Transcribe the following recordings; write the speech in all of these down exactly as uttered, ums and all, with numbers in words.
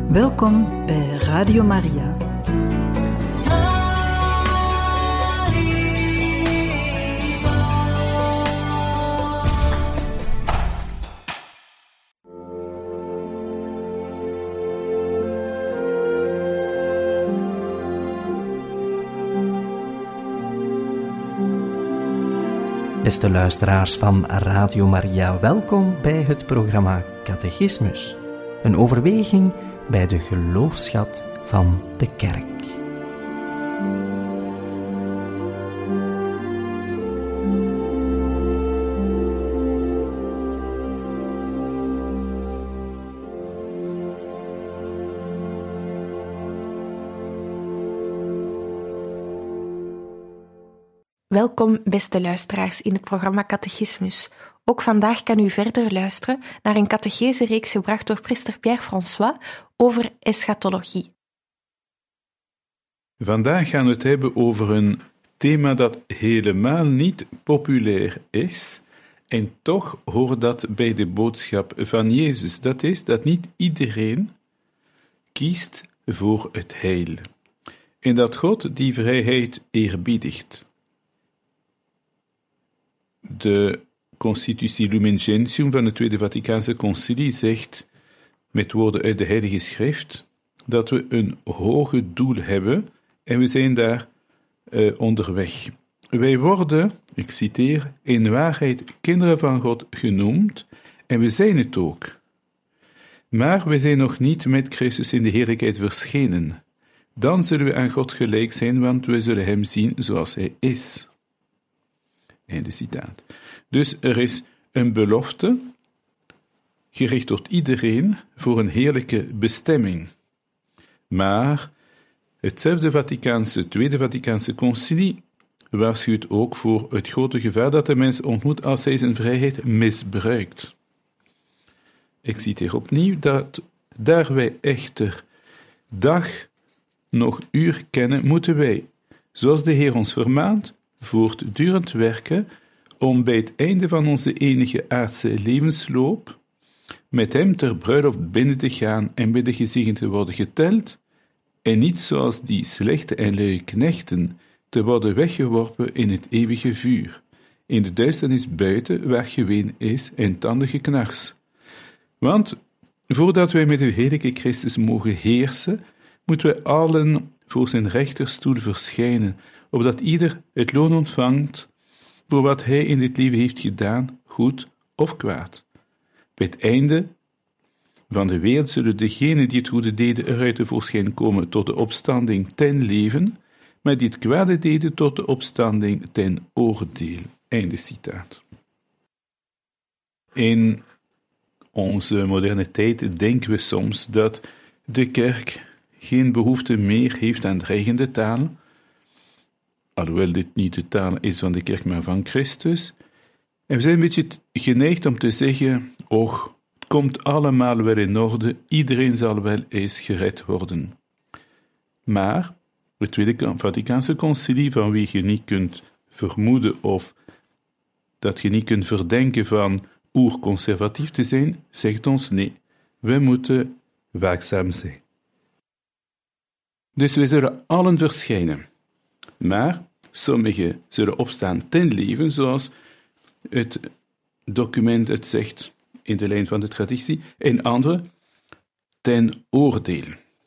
Welkom bij Radio Maria. Beste luisteraars van Radio Maria, welkom bij het programma Catechismus. Een overweging bij de geloofsschat van de Kerk. Welkom, beste luisteraars, in het programma Catechismus. Ook vandaag kan u verder luisteren naar een catechese-reeks gebracht door priester Pierre-François over eschatologie. Vandaag gaan we het hebben over een thema dat helemaal niet populair is, en toch hoort dat bij de boodschap van Jezus. Dat is dat niet iedereen kiest voor het heil, en dat God die vrijheid eerbiedigt. De Constitutie Lumen Gentium van het Tweede Vaticaanse Concilie zegt, met woorden uit de Heilige Schrift, dat we een hoger doel hebben en we zijn daar uh, onderweg. Wij worden, ik citeer, in waarheid kinderen van God genoemd en we zijn het ook. Maar we zijn nog niet met Christus in de heerlijkheid verschenen. Dan zullen we aan God gelijk zijn, want we zullen hem zien zoals hij is. Einde citaat. Dus er is een belofte, gericht tot iedereen, voor een heerlijke bestemming. Maar hetzelfde Vaticaanse, Tweede Vaticaanse Concilie waarschuwt ook voor het grote gevaar dat de mens ontmoet als hij zijn vrijheid misbruikt. Ik citeer opnieuw dat daar wij echter dag nog uur kennen, moeten wij, zoals de Heer ons vermaant, voortdurend werken om bij het einde van onze enige aardse levensloop met hem ter bruiloft binnen te gaan en bij de gezegend te worden geteld en niet zoals die slechte en luie knechten te worden weggeworpen in het eeuwige vuur, in de duisternis buiten waar geween is en tandengeknars. Want voordat wij met de heerlijke Christus mogen heersen, moeten wij allen voor zijn rechterstoel verschijnen, opdat ieder het loon ontvangt voor wat hij in dit leven heeft gedaan, goed of kwaad. Bij het einde van de wereld zullen degenen die het goede deden eruit tevoorschijn komen tot de opstanding ten leven, maar die het kwade deden tot de opstanding ten oordeel. Einde citaat. In onze moderne tijd denken we soms dat de kerk geen behoefte meer heeft aan dreigende taal, alhoewel dit niet de taal is van de kerk, maar van Christus. En we zijn een beetje geneigd om te zeggen, och, het komt allemaal wel in orde, iedereen zal wel eens gered worden. Maar het Tweede Vaticaanse Concilie, van wie je niet kunt vermoeden of dat je niet kunt verdenken van oerconservatief te zijn, zegt ons nee, we moeten waakzaam zijn. Dus we zullen allen verschijnen. Maar sommigen zullen opstaan ten leven, zoals het document het zegt in de lijn van de traditie, en anderen ten oordeel.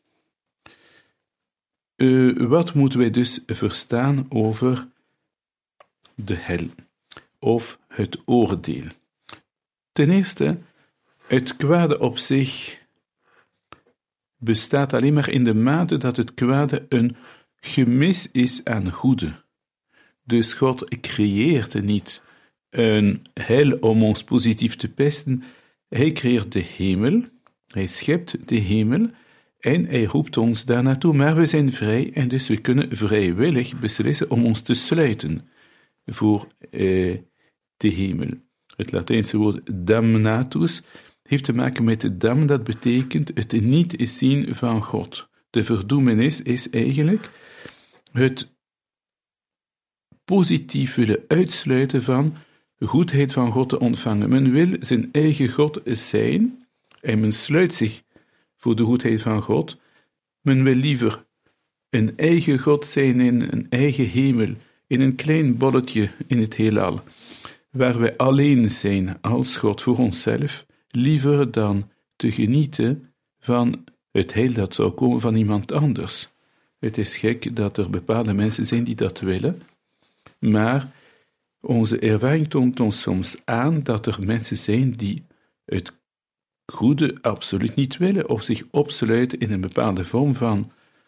Uh, wat moeten wij dus verstaan over de hel, of het oordeel? Ten eerste, het kwade op zich bestaat alleen maar in de mate dat het kwade een gemis is aan goede. Dus God creëert niet een hel om ons positief te pesten. Hij creëert de hemel, hij schept de hemel en hij roept ons daar naartoe. Maar we zijn vrij en dus we kunnen vrijwillig beslissen om ons te sluiten voor eh, de hemel. Het Latijnse woord damnatus heeft te maken met de dam, dat betekent het niet zien van God. De verdoemenis is eigenlijk het positief willen uitsluiten van goedheid van God te ontvangen. Men wil zijn eigen God zijn en men sluit zich voor de goedheid van God. Men wil liever een eigen God zijn in een eigen hemel, in een klein bolletje in het heelal, waar wij alleen zijn als God voor onszelf, liever dan te genieten van het heil dat zou komen van iemand anders. Het is gek dat er bepaalde mensen zijn die dat willen, maar onze ervaring toont ons soms aan dat er mensen zijn die het goede absoluut niet willen of zich opsluiten in een bepaalde vorm van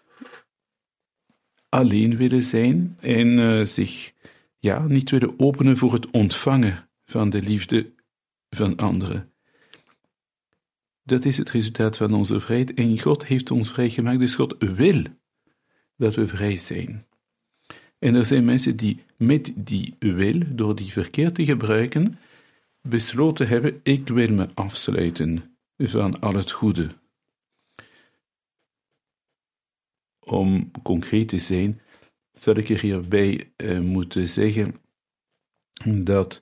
alleen willen zijn en uh, zich ja, niet willen openen voor het ontvangen van de liefde van anderen. Dat is het resultaat van onze vrijheid en God heeft ons vrijgemaakt, dus God wil dat we vrij zijn. En er zijn mensen die met die wil, door die verkeerd te gebruiken, besloten hebben, ik wil me afsluiten van al het goede. Om concreet te zijn, zal ik er hierbij uh, moeten zeggen dat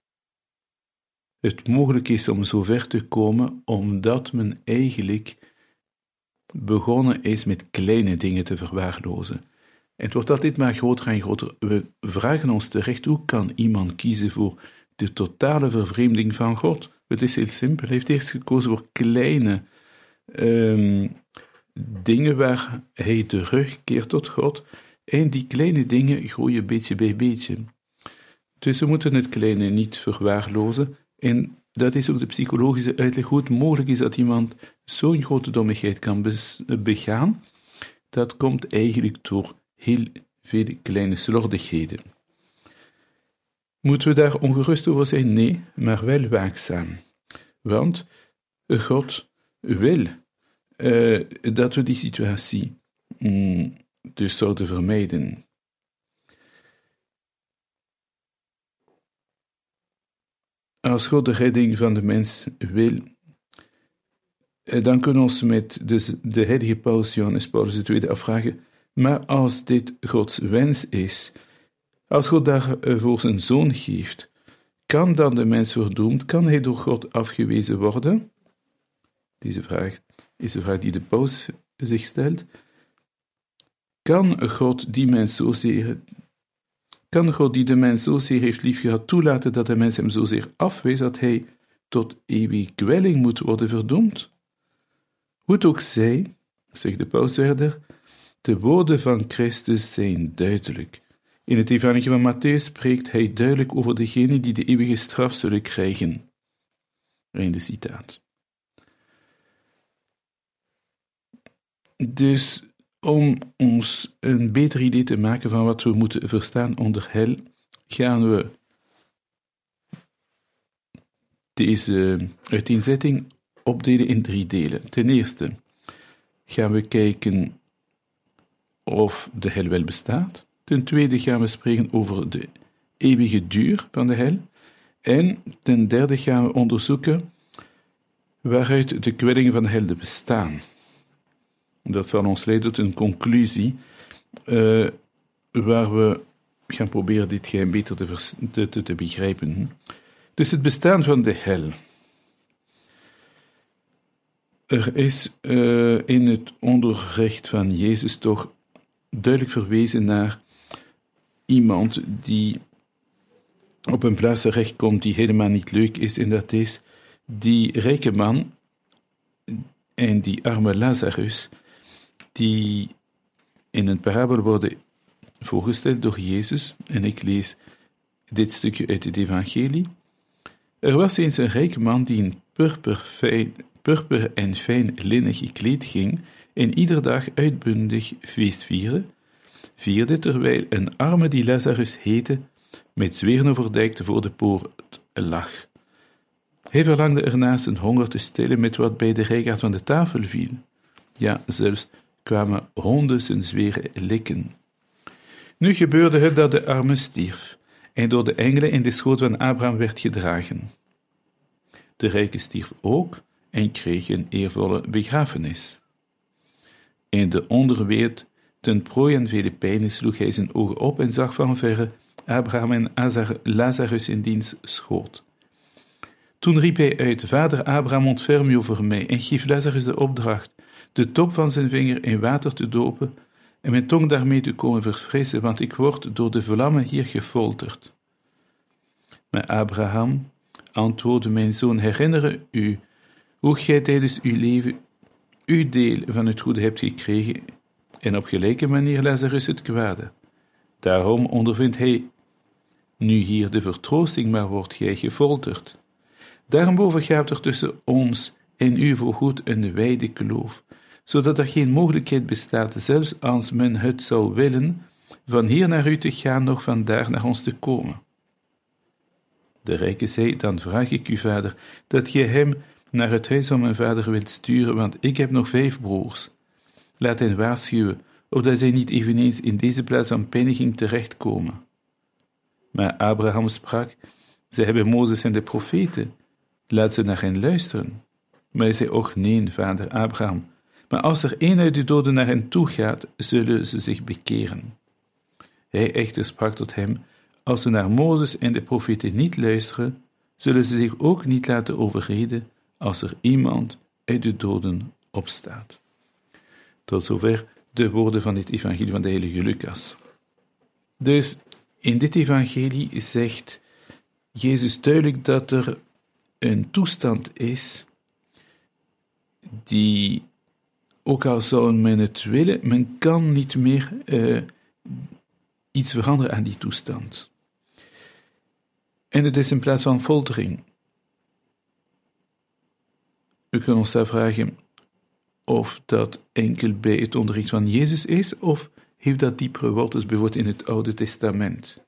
het mogelijk is om zo ver te komen, omdat men eigenlijk begonnen is met kleine dingen te verwaarlozen. En het wordt altijd maar groter en groter. We vragen ons terecht, hoe kan iemand kiezen voor de totale vervreemding van God? Het is heel simpel. Hij heeft eerst gekozen voor kleine um, dingen waar hij terugkeert tot God. En die kleine dingen groeien beetje bij beetje. Dus we moeten het kleine niet verwaarlozen. En dat is ook de psychologische uitleg, hoe het mogelijk is dat iemand zo'n grote dommigheid kan begaan. Dat komt eigenlijk door heel veel kleine slordigheden. Moeten we daar ongerust over zijn? Nee, maar wel waakzaam. Want God wil uh, dat we die situatie mm, dus zouden vermijden. Als God de redding van de mens wil, dan kunnen we ons met de, de heilige Paus Johannes Paulus de Tweede afvragen, maar als dit Gods wens is, als God daarvoor zijn zoon geeft, kan dan de mens verdoemd, kan hij door God afgewezen worden? Deze vraag is de vraag die de Paus zich stelt. Kan God die mens zozeer, kan God die de mens zozeer heeft liefgehad toelaten dat de mens hem zozeer afwees dat hij tot eeuwige kwelling moet worden verdoemd? Hoe het ook zij, zegt de Paus verder, de woorden van Christus zijn duidelijk. In het evangelie van Matthäus spreekt hij duidelijk over degenen die de eeuwige straf zullen krijgen. Einde citaat. Dus om ons een beter idee te maken van wat we moeten verstaan onder hel, gaan we deze uiteenzetting opdelen in drie delen. Ten eerste gaan we kijken of de hel wel bestaat. Ten tweede gaan we spreken over de eeuwige duur van de hel. En ten derde gaan we onderzoeken waaruit de kwellingen van de hel bestaan. Dat zal ons leiden tot een conclusie uh, waar we gaan proberen dit geheim beter te, vers- te, te, te begrijpen. Dus het bestaan van de hel. Er is uh, in het onderricht van Jezus toch duidelijk verwezen naar iemand die op een plaats terechtkomt die helemaal niet leuk is, en dat is die rijke man en die arme Lazarus, die in een parabel worden voorgesteld door Jezus, en ik lees dit stukje uit het evangelie. Er was eens een rijke man die in purper, fijn, purper en fijn linnen gekleed ging en iedere dag uitbundig feest vierde, vierde terwijl een arme die Lazarus heette, met zweren overdekt voor de poort lag. Hij verlangde ernaast zijn honger te stillen met wat bij de rijkaard van de tafel viel. Ja, zelfs kwamen honden zijn zweren likken. Nu gebeurde het dat de arme stierf en door de engelen in de schoot van Abraham werd gedragen. De rijke stierf ook en kreeg een eervolle begrafenis. In de onderwereld, ten prooi aan vele pijnen, sloeg hij zijn ogen op en zag van verre Abraham en Lazarus in diens schoot. Toen riep hij uit, Vader Abraham, ontferm je over mij en geef Lazarus de opdracht de top van zijn vinger in water te dopen en mijn tong daarmee te komen verfrissen, want ik word door de vlammen hier gefolterd. Maar Abraham antwoordde, mijn zoon, herinnere u hoe gij tijdens uw leven uw deel van het goede hebt gekregen en op gelijke manier Lazarus het kwade. Daarom ondervindt hij nu hier de vertroosting, maar wordt gij gefolterd. Daarboven gaat er tussen ons en u voorgoed een wijde kloof, zodat er geen mogelijkheid bestaat, zelfs als men het zou willen, van hier naar u te gaan, nog vandaar naar ons te komen. De rijke zei, dan vraag ik u, vader, dat je hem naar het huis van mijn vader wilt sturen, want ik heb nog vijf broers. Laat hen waarschuwen, opdat zij niet eveneens in deze plaats van pijniging terechtkomen. Maar Abraham sprak, zij hebben Mozes en de profeten, laat ze naar hen luisteren. Maar hij zei, och nee, vader Abraham, maar als er een uit de doden naar hen toe gaat, zullen ze zich bekeren. Hij echter sprak tot hem, als ze naar Mozes en de profeten niet luisteren, zullen ze zich ook niet laten overreden als er iemand uit de doden opstaat. Tot zover de woorden van dit evangelie van de heilige Lucas. Dus in dit evangelie zegt Jezus duidelijk dat er een toestand is die, ook al zou men het willen, men kan niet meer uh, iets veranderen aan die toestand. En het is in plaats van foltering. We kunnen ons afvragen of dat enkel bij het onderricht van Jezus is, of heeft dat diepere wortels bijvoorbeeld in het Oude Testament.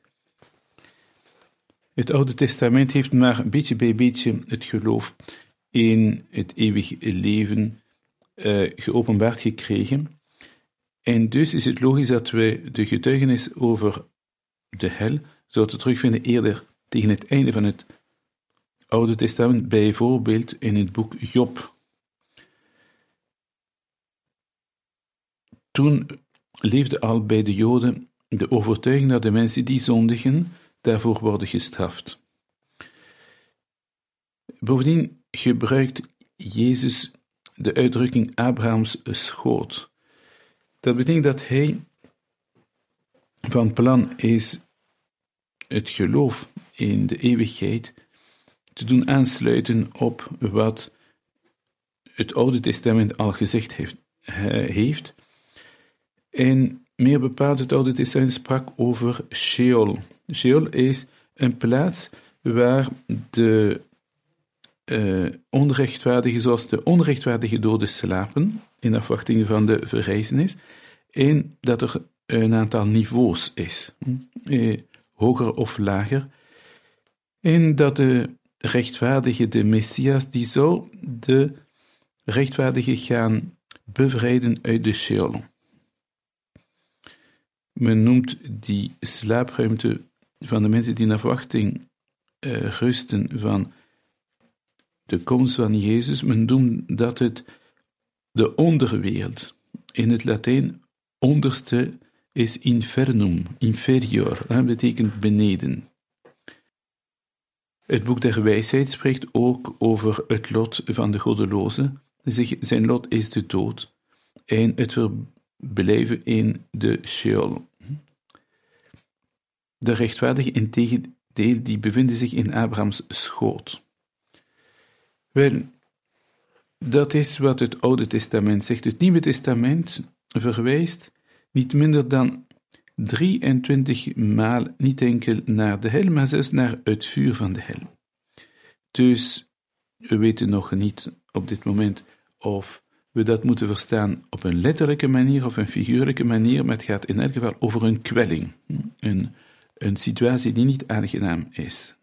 Het Oude Testament heeft maar beetje bij beetje het geloof in het eeuwig leven uh, geopenbaard gekregen. En dus is het logisch dat wij de getuigenis over de hel zouden terugvinden eerder tegen het einde van het Oude Testament, bijvoorbeeld in het boek Job. Toen leefde al bij de Joden de overtuiging dat de mensen die zondigen daarvoor worden gestraft. Bovendien gebruikt Jezus de uitdrukking Abrahams schoot. Dat betekent dat hij van plan is het geloof in de eeuwigheid te doen aansluiten op wat het Oude Testament al gezegd heeft. heeft. En meer bepaald, het Oude Testament sprak over Sheol. Sheol is een plaats waar de uh, onrechtvaardigen, zoals de onrechtvaardige doden, slapen, in afwachting van de verrijzenis, en dat er een aantal niveaus is, uh, hoger of lager, en dat de rechtvaardige, de Messias, die zou de rechtvaardige gaan bevrijden uit de Sheol. Men noemt die slaapruimte van de mensen die in afwachting uh, rusten van de komst van Jezus, men noemt dat het de onderwereld. In het Latijn, onderste is infernum, inferior, dat betekent beneden. Het boek der wijsheid spreekt ook over het lot van de goddeloze. Zijn lot is de dood en het verblijven in de Sheol. De rechtvaardigen integendeel, die bevinden zich in Abrahams schoot. Wel, dat is wat het Oude Testament zegt. Het Nieuwe Testament verwijst niet minder dan drieëntwintig maal niet enkel naar de hel, maar zelfs naar het vuur van de hel. Dus we weten nog niet op dit moment of we dat moeten verstaan op een letterlijke manier of een figuurlijke manier, maar het gaat in elk geval over een kwelling, een, een situatie die niet aangenaam is.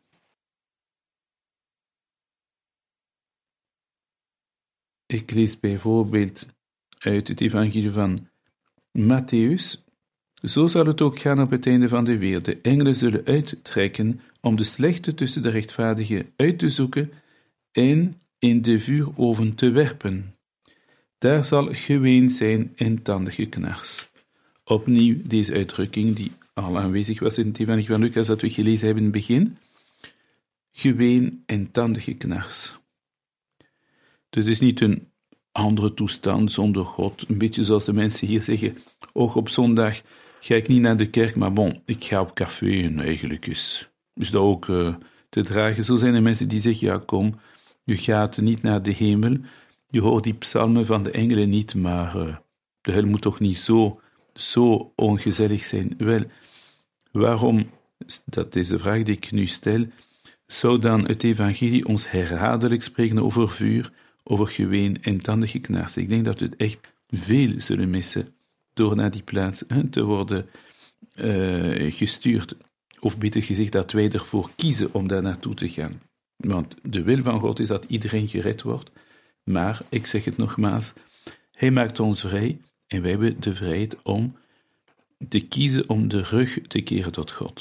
Ik lees bijvoorbeeld uit het evangelie van Matthäus. Zo zal het ook gaan op het einde van de wereld. De engelen zullen uittrekken om de slechte tussen de rechtvaardigen uit te zoeken en in de vuuroven te werpen. Daar zal geween zijn en tandengeknars. Opnieuw deze uitdrukking die al aanwezig was in het evangelie van Lucas dat we gelezen hebben in het begin. geween en tandengeknars. Het is niet een andere toestand zonder God, een beetje zoals de mensen hier zeggen, och, op zondag ga ik niet naar de kerk, maar bon, ik ga op café en eigenlijk is, is dat ook uh, te dragen. Zo zijn er mensen die zeggen, ja kom, je gaat niet naar de hemel, je hoort die psalmen van de engelen niet, maar uh, de hel moet toch niet zo, zo ongezellig zijn. Wel, waarom, dat is de vraag die ik nu stel, zou dan het evangelie ons herhaaldelijk spreken over vuur, over geween en tandengeknars? Ik denk dat we het echt veel zullen missen door naar die plaats hè, te worden uh, gestuurd. Of beter gezegd, dat wij ervoor kiezen om daar naartoe te gaan. Want de wil van God is dat iedereen gered wordt. Maar, ik zeg het nogmaals, Hij maakt ons vrij en wij hebben de vrijheid om te kiezen om de rug te keren tot God.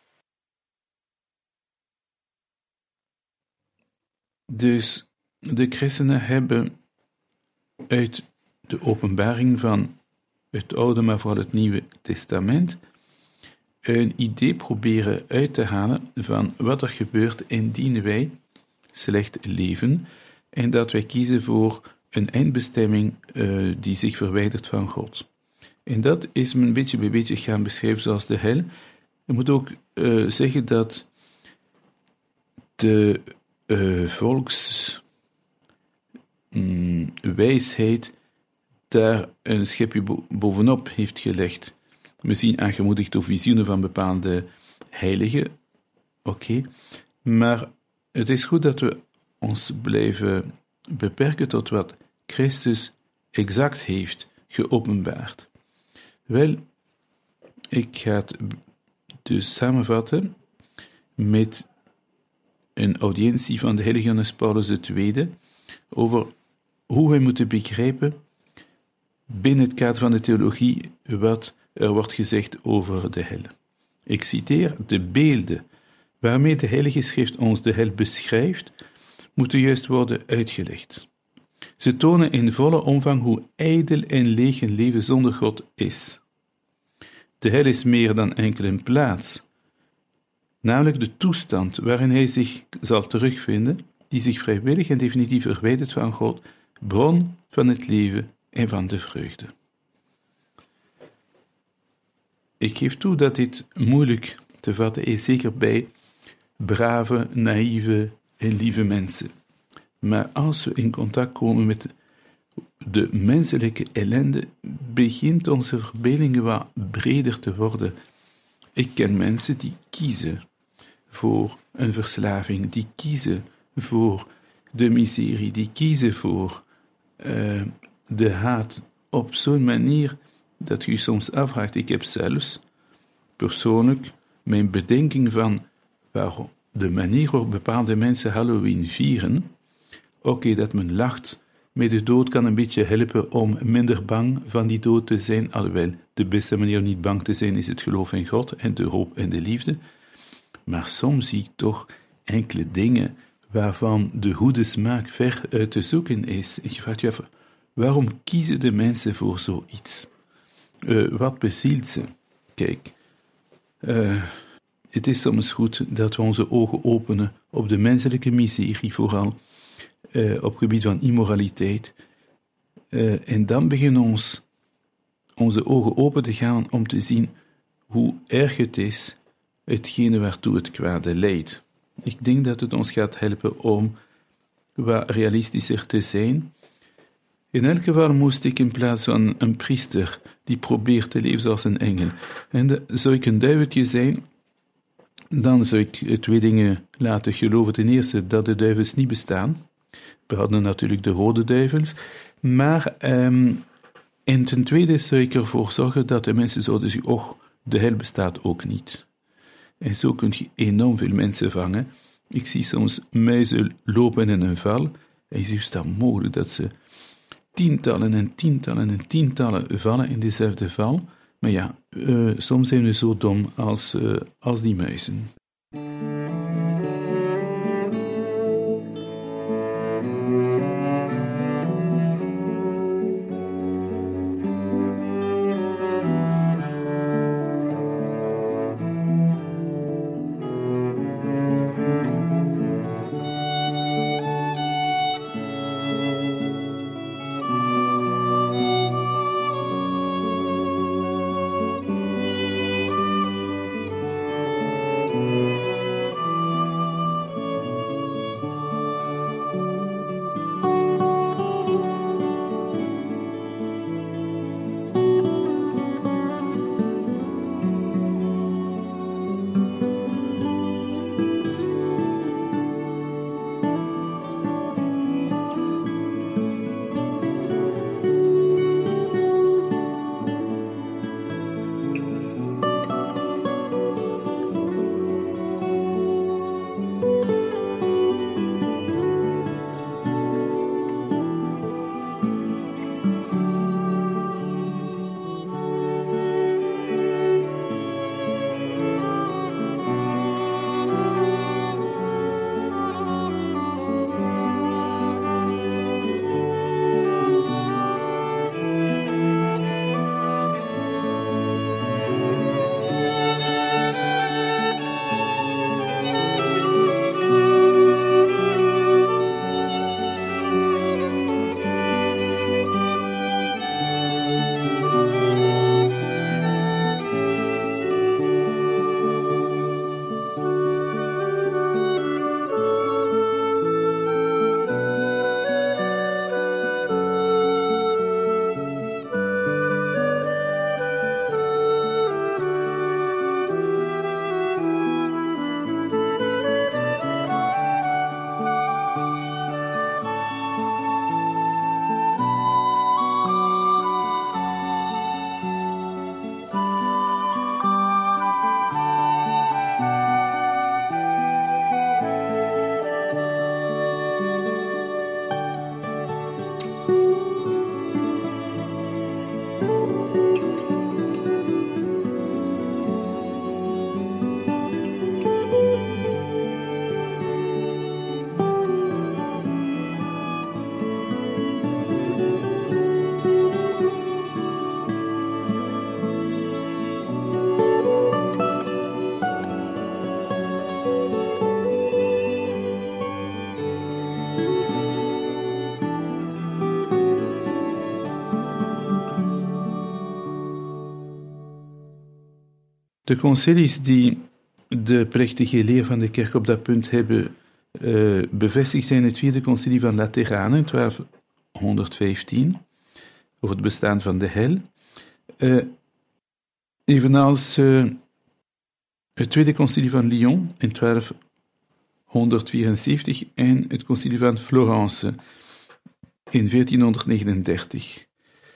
Dus de christenen hebben uit de openbaring van het Oude, maar vooral het Nieuwe Testament, een idee proberen uit te halen van wat er gebeurt indien wij slecht leven en dat wij kiezen voor een eindbestemming uh, die zich verwijdert van God. En dat is men beetje bij beetje gaan beschrijven zoals de hel. Je moet ook uh, zeggen dat de uh, volkswijsheid mm, daar een schepje bo- bovenop heeft gelegd. Misschien aangemoedigd door visioenen van bepaalde heiligen. Oké, okay. Maar het is goed dat we ons blijven beperken tot wat Christus exact heeft geopenbaard. Wel, ik ga het dus samenvatten met een audiëntie van de heilige Johannes Paulus de Tweede over hoe wij moeten begrijpen binnen het kader van de theologie wat er wordt gezegd over de hel. Ik citeer: de beelden waarmee de Heilige Schrift ons de hel beschrijft, moeten juist worden uitgelegd. Ze tonen in volle omvang hoe ijdel en leeg een leven zonder God is. De hel is meer dan enkel een plaats, namelijk de toestand waarin hij zich zal terugvinden, die zich vrijwillig en definitief verwijdert van God, bron van het leven en van de vreugde. Ik geef toe dat dit moeilijk te vatten is, zeker bij brave, naïeve en lieve mensen. Maar als we in contact komen met de menselijke ellende, begint onze verbeelding wat breder te worden. Ik ken mensen die kiezen voor een verslaving, die kiezen voor de miserie, die kiezen voor uh, de haat op zo'n manier dat je je soms afvraagt. Ik heb zelfs persoonlijk mijn bedenking van waarom de manier waarop bepaalde mensen Halloween vieren. Oké, okay, dat men lacht met de dood kan een beetje helpen om minder bang van die dood te zijn, alhoewel de beste manier om niet bang te zijn is het geloof in God en de hoop en de liefde. Maar soms zie ik toch enkele dingen waarvan de goede smaak ver uit te zoeken is. Ik vraag je af, waarom kiezen de mensen voor zoiets? Uh, wat bezielt ze? Kijk, uh, het is soms goed dat we onze ogen openen op de menselijke miserie, vooral uh, op het gebied van immoraliteit. Uh, en dan beginnen ons onze ogen open te gaan om te zien hoe erg het is, hetgene waartoe het kwade leidt. Ik denk dat het ons gaat helpen om wat realistischer te zijn. In elk geval moest ik in plaats van een priester die probeert te leven zoals een engel, en de, zou ik een duiveltje zijn, dan zou ik twee dingen laten geloven. Ten eerste dat de duivels niet bestaan. We hadden natuurlijk de rode duivels, maar um, en ten tweede zou ik ervoor zorgen dat de mensen zouden zeggen, och, de hel bestaat ook niet. En zo kun je enorm veel mensen vangen. Ik zie soms muizen lopen in een val, en je ziet dat mogelijk dat ze tientallen en tientallen en tientallen vallen in dezelfde val. Maar ja, uh, soms zijn we zo dom als, uh, als die muizen. De concilies die de plechtige leer van de kerk op dat punt hebben uh, bevestigd zijn het vierde concilie van Lateranen, twaalfhonderdvijftien, over het bestaan van de hel. Uh, evenals uh, het tweede concilie van Lyon in twaalfhonderdvierenzeventig en het concilie van Florence in veertienhonderdnegenendertig.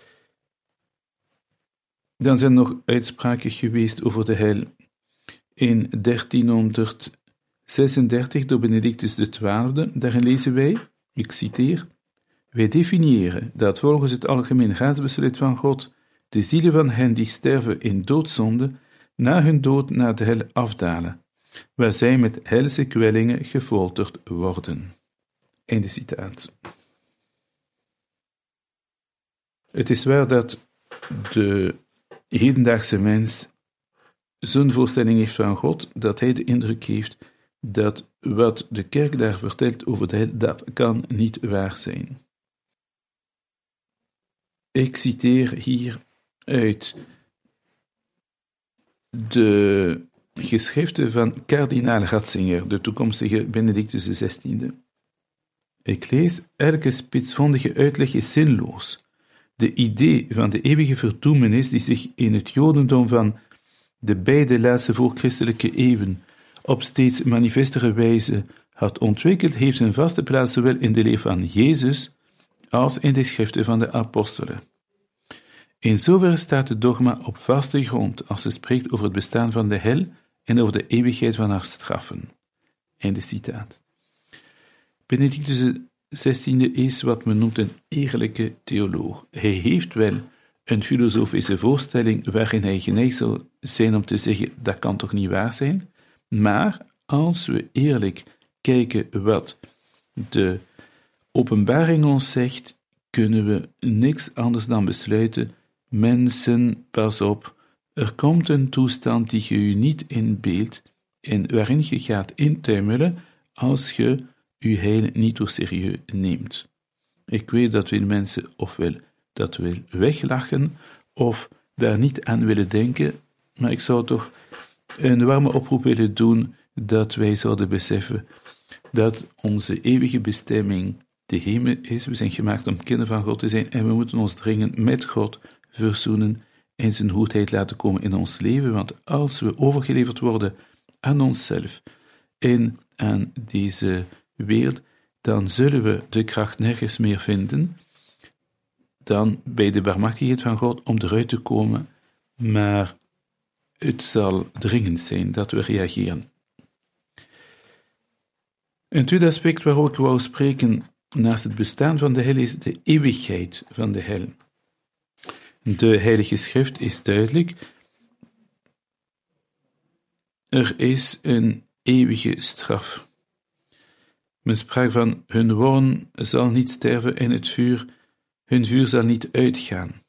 Dan zijn er nog uitspraken geweest over de hel in dertienhonderdzesendertig door Benedictus de twaalfde. Daarin lezen wij, ik citeer, wij definiëren dat volgens het algemeen raadsbesluit van God de zielen van hen die sterven in doodzonde na hun dood naar de hel afdalen, waar zij met helse kwellingen gefolterd worden. Einde citaat. Het is waar dat de hedendaagse mens zo'n voorstelling heeft van God, dat hij de indruk heeft dat wat de kerk daar vertelt over de hel, dat kan niet waar zijn. Ik citeer hier uit de geschriften van kardinaal Ratzinger, de toekomstige Benedictus de zestiende. Ik lees, elke spitsvondige uitleg is zinloos. De idee van de eeuwige verdoemenis die zich in het jodendom van de beide laatste voorchristelijke eeuwen op steeds manifestere wijze had ontwikkeld, heeft zijn vaste plaats zowel in de leer van Jezus als in de schriften van de apostelen. In zoverre staat het dogma op vaste grond als ze spreekt over het bestaan van de hel en over de eeuwigheid van haar straffen. Einde citaat. Benedictus de zestiende is wat men noemt een eerlijke theoloog. Hij heeft wel een filosofische voorstelling waarin hij geneigd zou zijn om te zeggen, dat kan toch niet waar zijn? Maar als we eerlijk kijken wat de openbaring ons zegt, kunnen we niks anders dan besluiten, mensen, pas op, er komt een toestand die je u niet inbeeldt en waarin je gaat intuimelen als je uw heil niet zo serieus neemt. Ik weet dat veel mensen ofwel dat wil weglachen of daar niet aan willen denken, maar ik zou toch een warme oproep willen doen dat wij zouden beseffen dat onze eeuwige bestemming de hemel is. We zijn gemaakt om kinderen van God te zijn en we moeten ons dringend met God verzoenen en zijn goedheid laten komen in ons leven, want als we overgeleverd worden aan onszelf en aan deze wereld, dan zullen we de kracht nergens meer vinden dan bij de barmhartigheid van God om eruit te komen, maar het zal dringend zijn dat we reageren. Een tweede aspect waarover ik wou spreken naast het bestaan van de hel is de eeuwigheid van de hel. De Heilige Schrift is duidelijk. Er is een eeuwige straf. Men sprak van hun worm zal niet sterven en het vuur, hun vuur zal niet uitgaan.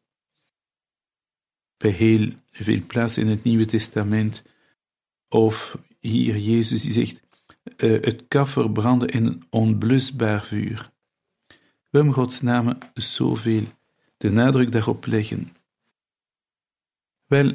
Bij heel veel plaatsen in het Nieuwe Testament, of hier Jezus die zegt, uh, het kaf verbranden in een onblusbaar vuur. We hebben Gods naam zoveel de nadruk daarop leggen. Wel,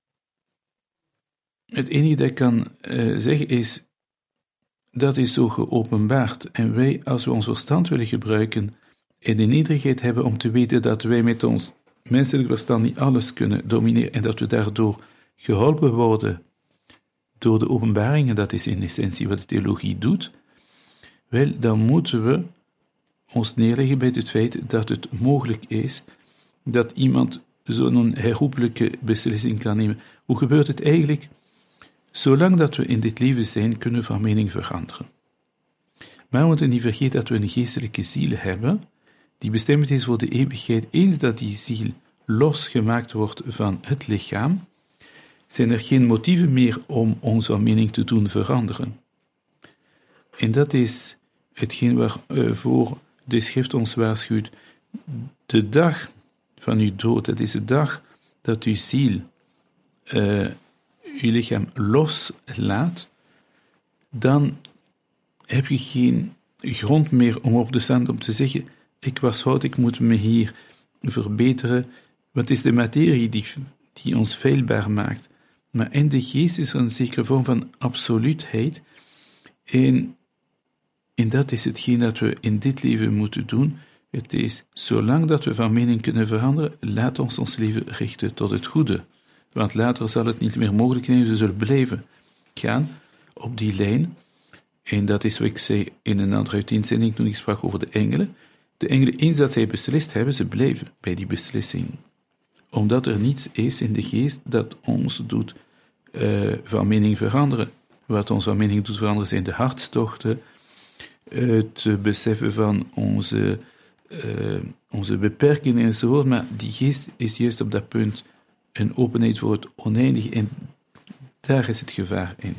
het enige dat ik kan uh, zeggen is, dat is zo geopenbaard. En wij, als we ons verstand willen gebruiken en de nederigheid hebben om te weten dat wij met ons menselijk verstand niet alles kunnen domineren en dat we daardoor geholpen worden door de openbaringen, dat is in essentie wat de theologie doet, wel, dan moeten we ons neerleggen bij het feit dat het mogelijk is dat iemand zo'n herroepelijke beslissing kan nemen. Hoe gebeurt het eigenlijk? Zolang dat we in dit leven zijn, kunnen we van mening veranderen. Maar we moeten niet vergeten dat we een geestelijke ziel hebben, die bestemd is voor de eeuwigheid. Eens dat die ziel losgemaakt wordt van het lichaam, zijn er geen motieven meer om ons van mening te doen veranderen. En dat is hetgeen waarvoor de schrift ons waarschuwt. De dag van uw dood, dat is de dag dat uw ziel uh, uw lichaam loslaat, dan heb je geen grond meer om op te staan om te zeggen, ik was fout, ik moet me hier verbeteren. Wat is de materie die, die ons feilbaar maakt? Maar in de geest is er een zekere vorm van absoluutheid. En, en dat is hetgeen dat we in dit leven moeten doen. Het is, zolang dat we van mening kunnen veranderen, laat ons ons leven richten tot het goede. Want later zal het niet meer mogelijk zijn, we zullen blijven gaan op die lijn. En dat is wat ik zei in een andere uitzending toen ik sprak over de engelen. De engelen, eens dat zij beslist hebben, ze blijven bij die beslissing. Omdat er niets is in de geest dat ons doet uh, van mening veranderen. Wat ons van mening doet veranderen zijn de hartstochten, het beseffen van onze, uh, onze beperkingen enzovoort. Maar die geest is juist op dat punt een openheid voor het oneindige en daar is het gevaar in.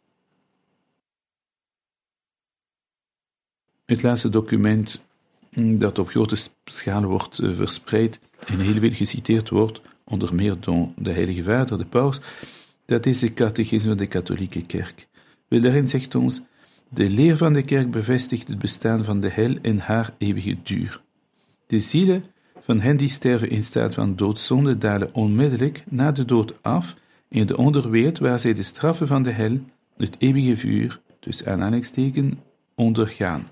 Het laatste document dat op grote schaal wordt uh, verspreid en heel veel geciteerd wordt, onder meer door de Heilige Vader, de Paus, dat is de catechisme van de katholieke kerk. Wel, daarin zegt ons, de leer van de kerk bevestigt het bestaan van de hel en haar eeuwige duur. De zielen van hen die sterven in staat van doodzonde dalen onmiddellijk na de dood af in de onderwereld waar zij de straffen van de hel, het eeuwige vuur, dus aanhalingstekens, ondergaan.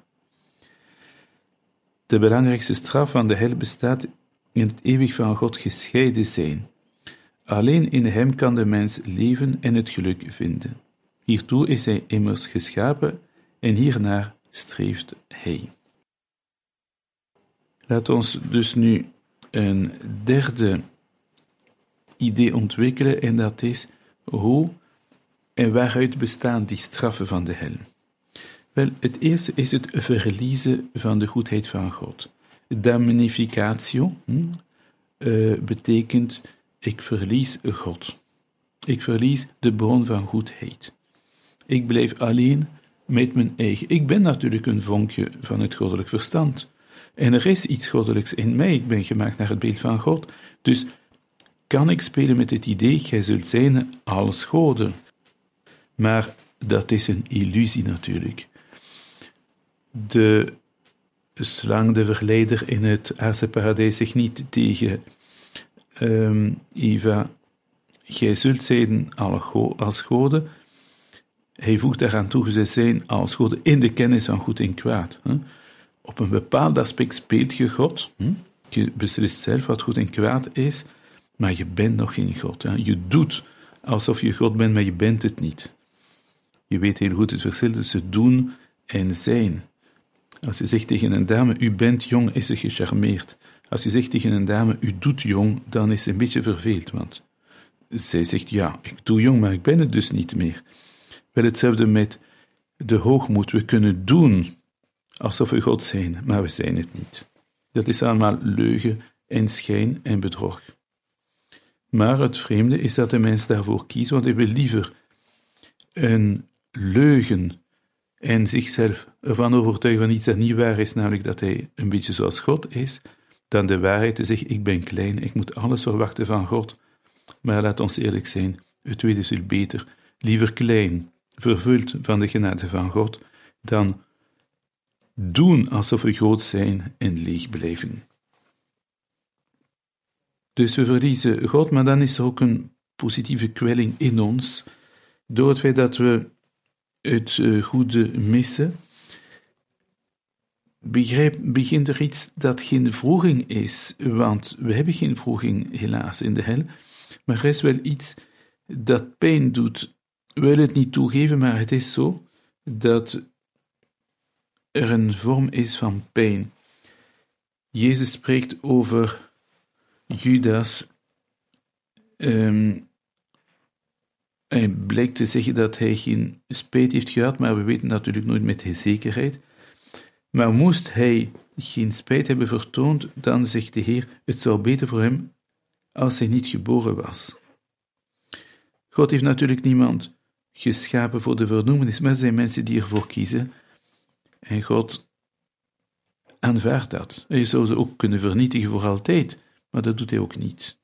De belangrijkste straf van de hel bestaat in het eeuwig van God gescheiden zijn. Alleen in hem kan de mens leven en het geluk vinden. Hiertoe is hij immers geschapen en hiernaar streeft hij. Laat ons dus nu een derde idee ontwikkelen en dat is hoe en waaruit bestaan die straffen van de hel. Wel, het eerste is het verliezen van de goedheid van God. Damnificatio hm, uh, betekent ik verlies God. Ik verlies de bron van goedheid. Ik blijf alleen met mijn eigen. Ik ben natuurlijk een vonkje van het goddelijk verstand. En er is iets goddelijks in mij. Ik ben gemaakt naar het beeld van God. Dus kan ik spelen met het idee, gij zult zijn als goden. Maar dat is een illusie natuurlijk. De slang, de verleider in het aardse paradijs, zegt niet tegen um, Eva, gij zult zijn als goden. Hij voegt daaraan toe, ze zijn als goden in de kennis van goed en kwaad. Hè. Op een bepaald aspect speelt je God. Hm? Je beslist zelf wat goed en kwaad is, maar je bent nog geen God. Hè. Je doet alsof je God bent, maar je bent het niet. Je weet heel goed het verschil tussen doen en zijn. Als je zegt tegen een dame, u bent jong, is ze gecharmeerd. Als je zegt tegen een dame, u doet jong, dan is ze een beetje verveeld, want zij zegt, ja, ik doe jong, maar ik ben het dus niet meer. Wel hetzelfde met de hoogmoed. We kunnen doen alsof we God zijn, maar we zijn het niet. Dat is allemaal leugen en schijn en bedrog. Maar het vreemde is dat de mens daarvoor kiest, want hij wil liever een leugen en zichzelf ervan overtuigen van iets dat niet waar is, namelijk dat hij een beetje zoals God is, dan de waarheid te zeggen, ik ben klein, ik moet alles verwachten van God. Maar laat ons eerlijk zijn, het tweede is veel beter. Liever klein, vervuld van de genade van God, dan doen alsof we groot zijn en leeg blijven. Dus we verliezen God, maar dan is er ook een positieve kwelling in ons, door het feit dat we het goede missen, begrijp, begint er iets dat geen wroeging is, want we hebben geen wroeging helaas in de hel, maar er is wel iets dat pijn doet. We willen het niet toegeven, maar het is zo dat er een vorm is van pijn. Jezus spreekt over Judas. Um, hij blijkt te zeggen dat hij geen spijt heeft gehad, maar we weten natuurlijk nooit met zekerheid. Maar moest hij geen spijt hebben vertoond, dan zegt de Heer, het zou beter voor hem als hij niet geboren was. God heeft natuurlijk niemand geschapen voor de vernoemenis, maar er zijn mensen die ervoor kiezen. En God aanvaardt dat. Hij zou ze ook kunnen vernietigen voor altijd, maar dat doet hij ook niet.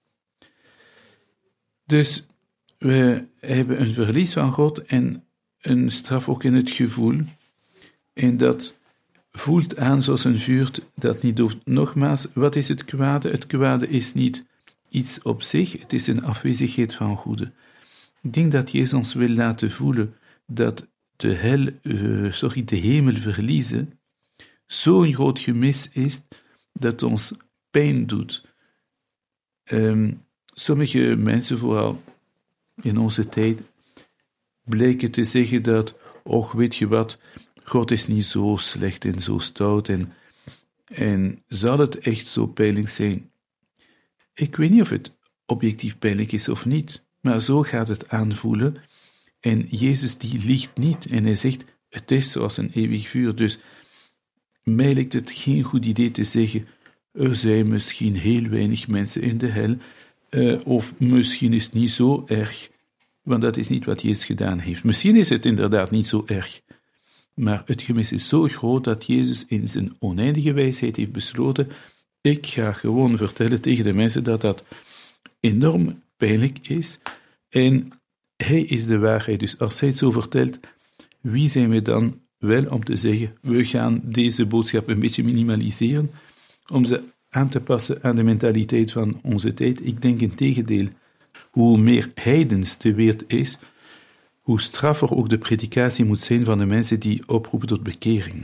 Dus we hebben een verlies van God en een straf ook in het gevoel. En dat voelt aan zoals een vuur dat niet hoeft. Nogmaals, wat is het kwade? Het kwade is niet iets op zich, het is een afwezigheid van goede. Ik denk dat Jezus ons wil laten voelen dat de hel, uh, sorry, de hemel verliezen zo'n groot gemis is dat ons pijn doet. Um, sommige mensen, vooral in onze tijd, blijken te zeggen dat, och, weet je wat, God is niet zo slecht en zo stout en, en zal het echt zo pijnlijk zijn? Ik weet niet of het objectief pijnlijk is of niet, maar zo gaat het aanvoelen. En Jezus die liegt niet en hij zegt, het is zoals een eeuwig vuur. Dus mij lijkt het geen goed idee te zeggen, er zijn misschien heel weinig mensen in de hel, uh, of misschien is het niet zo erg, want dat is niet wat Jezus gedaan heeft. Misschien is het inderdaad niet zo erg, maar het gemis is zo groot dat Jezus in zijn oneindige wijsheid heeft besloten, ik ga gewoon vertellen tegen de mensen dat dat enorm pijnlijk is, en hij is de waarheid. Dus als hij het zo vertelt, wie zijn we dan wel om te zeggen, we gaan deze boodschap een beetje minimaliseren, om ze aan te passen aan de mentaliteit van onze tijd? Ik denk in tegendeel, hoe meer heidens de wereld is, hoe straffer ook de predikatie moet zijn van de mensen die oproepen tot bekering.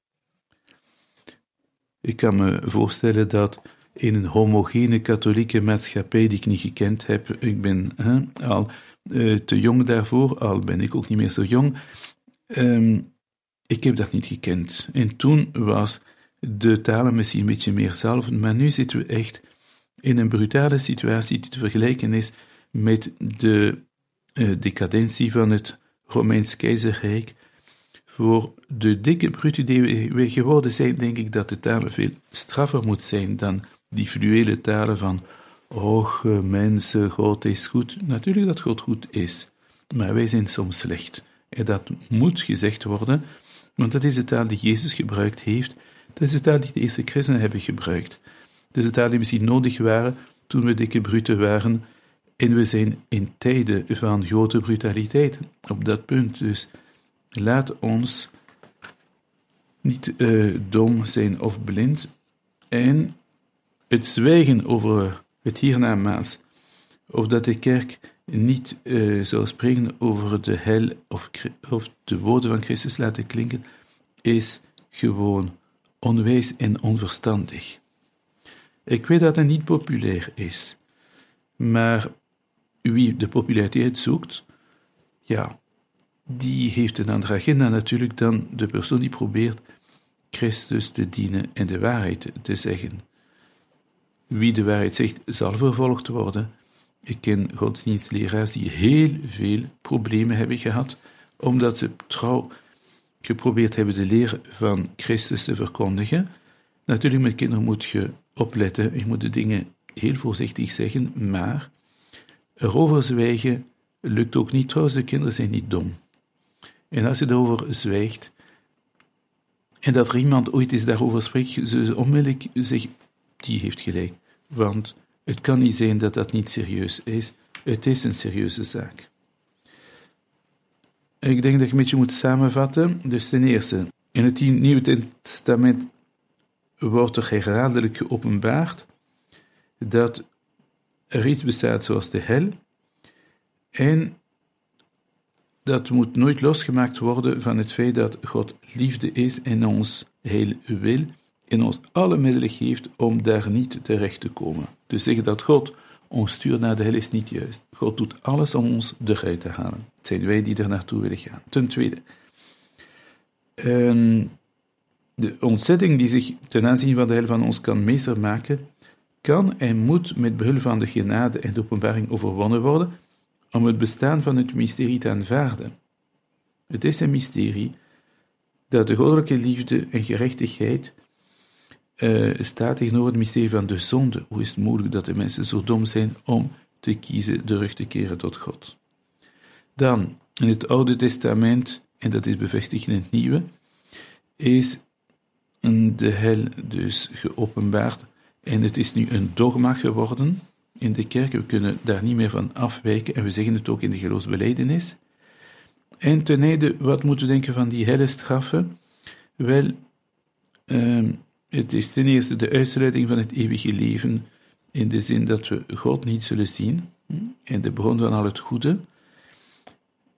Ik kan me voorstellen dat in een homogene katholieke maatschappij die ik niet gekend heb, ik ben hè, al uh, te jong daarvoor, al ben ik ook niet meer zo jong, um, ik heb dat niet gekend. En toen was de talen misschien een beetje meer zalvend, maar nu zitten we echt in een brutale situatie die te vergelijken is met de uh, decadentie van het Romeins keizerrijk. Voor de dikke brute die we geworden zijn, denk ik dat de talen veel straffer moet zijn dan die fluwele talen van och, mensen, God is goed. Natuurlijk dat God goed is, maar wij zijn soms slecht. En dat moet gezegd worden, want dat is de taal die Jezus gebruikt heeft. Dat is de taal die de eerste christenen hebben gebruikt. Dat is de taal die misschien nodig waren toen we dikke brute waren. En we zijn in tijden van grote brutaliteit op dat punt. Dus laat ons niet uh, dom zijn of blind. En het zwijgen over het hiernamaals, of dat de kerk niet uh, zou spreken over de hel of, of de woorden van Christus laten klinken, is gewoon onwijs en onverstandig. Ik weet dat het niet populair is, maar wie de populariteit zoekt, ja, die heeft een andere agenda natuurlijk dan de persoon die probeert Christus te dienen en de waarheid te zeggen. Wie de waarheid zegt, zal vervolgd worden. Ik ken godsdienstleraars die heel veel problemen hebben gehad, omdat ze trouw geprobeerd hebben de leer van Christus te verkondigen. Natuurlijk, met kinderen moet je opletten, je moet de dingen heel voorzichtig zeggen, maar erover zwijgen lukt ook niet. Trouwens, de kinderen zijn niet dom. En als je daarover zwijgt, en dat er iemand ooit eens daarover spreekt, zullen ze onmiddellijk zeggen, die heeft gelijk. Want het kan niet zijn dat dat niet serieus is. Het is een serieuze zaak. Ik denk dat ik een beetje moet samenvatten. Dus ten eerste, in het Nieuwe Testament wordt er herhaaldelijk geopenbaard dat er iets bestaat zoals de hel, en dat moet nooit losgemaakt worden van het feit dat God liefde is en ons heel wil en ons alle middelen geeft om daar niet terecht te komen. Dus zeggen dat God ons stuurt naar de hel is niet juist. God doet alles om ons eruit te halen. Het zijn wij die er naartoe willen gaan. Ten tweede, um, de ontzetting die zich ten aanzien van de hel van ons kan meester maken, kan en moet met behulp van de genade en de openbaring overwonnen worden, om het bestaan van het mysterie te aanvaarden. Het is een mysterie dat de goddelijke liefde en gerechtigheid uh, staat tegenover het mysterie van de zonde. Hoe is het mogelijk dat de mensen zo dom zijn om te kiezen terug te keren tot God? Dan, in het Oude Testament, en dat is bevestigd in het Nieuwe, is de hel dus geopenbaard en het is nu een dogma geworden in de kerk. We kunnen daar niet meer van afwijken en we zeggen het ook in de geloofsbelijdenis. En ten einde, wat moeten we denken van die hellestraffen? Wel, uh, het is ten eerste de uitsluiting van het eeuwige leven, in de zin dat we God niet zullen zien, en de bron van al het goede.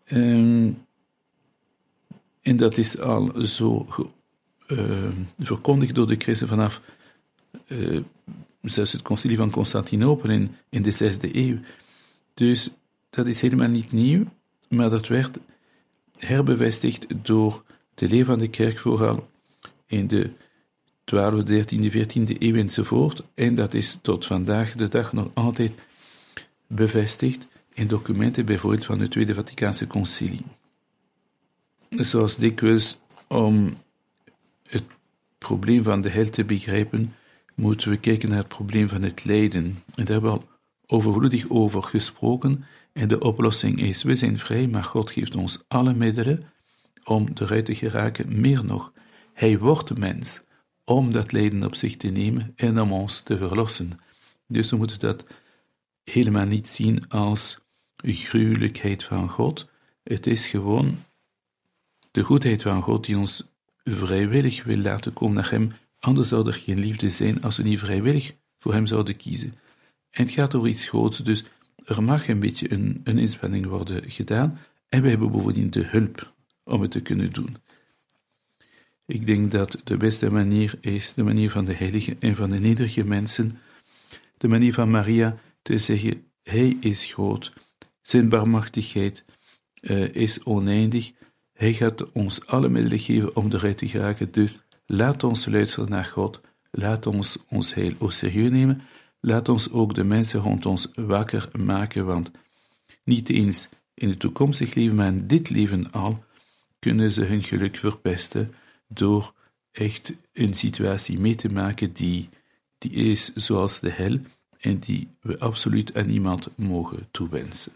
Um, en dat is al zo ge, uh, verkondigd door de christen vanaf uh, zelfs het concilie van Constantinopel in, in de zesde eeuw. Dus dat is helemaal niet nieuw, maar dat werd herbevestigd door de leer van de kerk vooral in de twaalfde, dertiende, veertiende eeuw enzovoort. En dat is tot vandaag de dag nog altijd bevestigd in documenten bijvoorbeeld van het Tweede Vaticaanse Concilie. Zoals dikwijls om het probleem van de hel te begrijpen, moeten we kijken naar het probleem van het lijden. En daar hebben we al overvloedig over gesproken. En de oplossing is, we zijn vrij, maar God geeft ons alle middelen om eruit te geraken. Meer nog, Hij wordt mens om dat lijden op zich te nemen en om ons te verlossen. Dus we moeten dat helemaal niet zien als gruwelijkheid van God. Het is gewoon de goedheid van God die ons vrijwillig wil laten komen naar Hem. Anders zou er geen liefde zijn als we niet vrijwillig voor Hem zouden kiezen. En het gaat over iets groots, dus er mag een beetje een, een inspanning worden gedaan. En we hebben bovendien de hulp om het te kunnen doen. Ik denk dat de beste manier is de manier van de heilige en van de nederige mensen. De manier van Maria te zeggen, Hij is groot. Zijn barmhartigheid uh, is oneindig. Hij gaat ons alle middelen geven om eruit te geraken. Dus laat ons luisteren naar God. Laat ons ons heil au serieus nemen. Laat ons ook de mensen rond ons wakker maken, want niet eens in het toekomstig leven, maar in dit leven al, kunnen ze hun geluk verpesten door echt een situatie mee te maken die, die is zoals de hel en die we absoluut aan niemand mogen toewensen.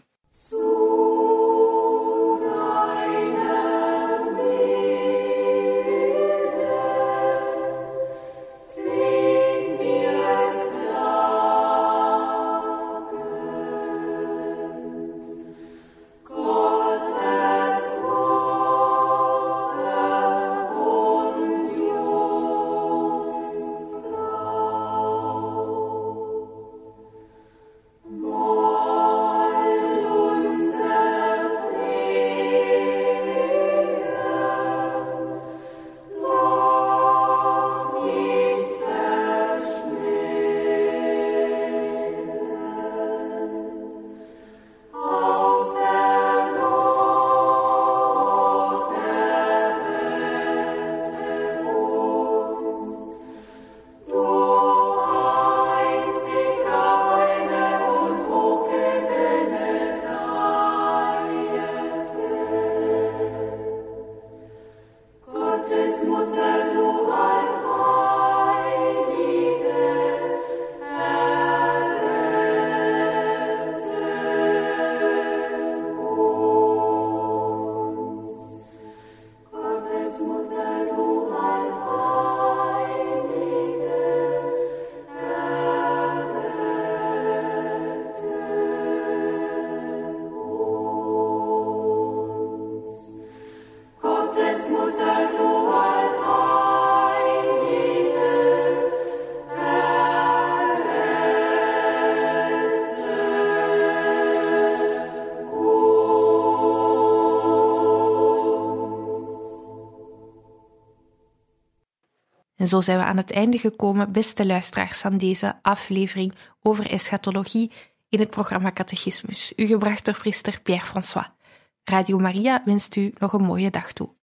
En zo zijn we aan het einde gekomen, beste luisteraars, van deze aflevering over eschatologie in het programma Catechismus, u gebracht door priester Pierre François. Radio Maria wenst u nog een mooie dag toe.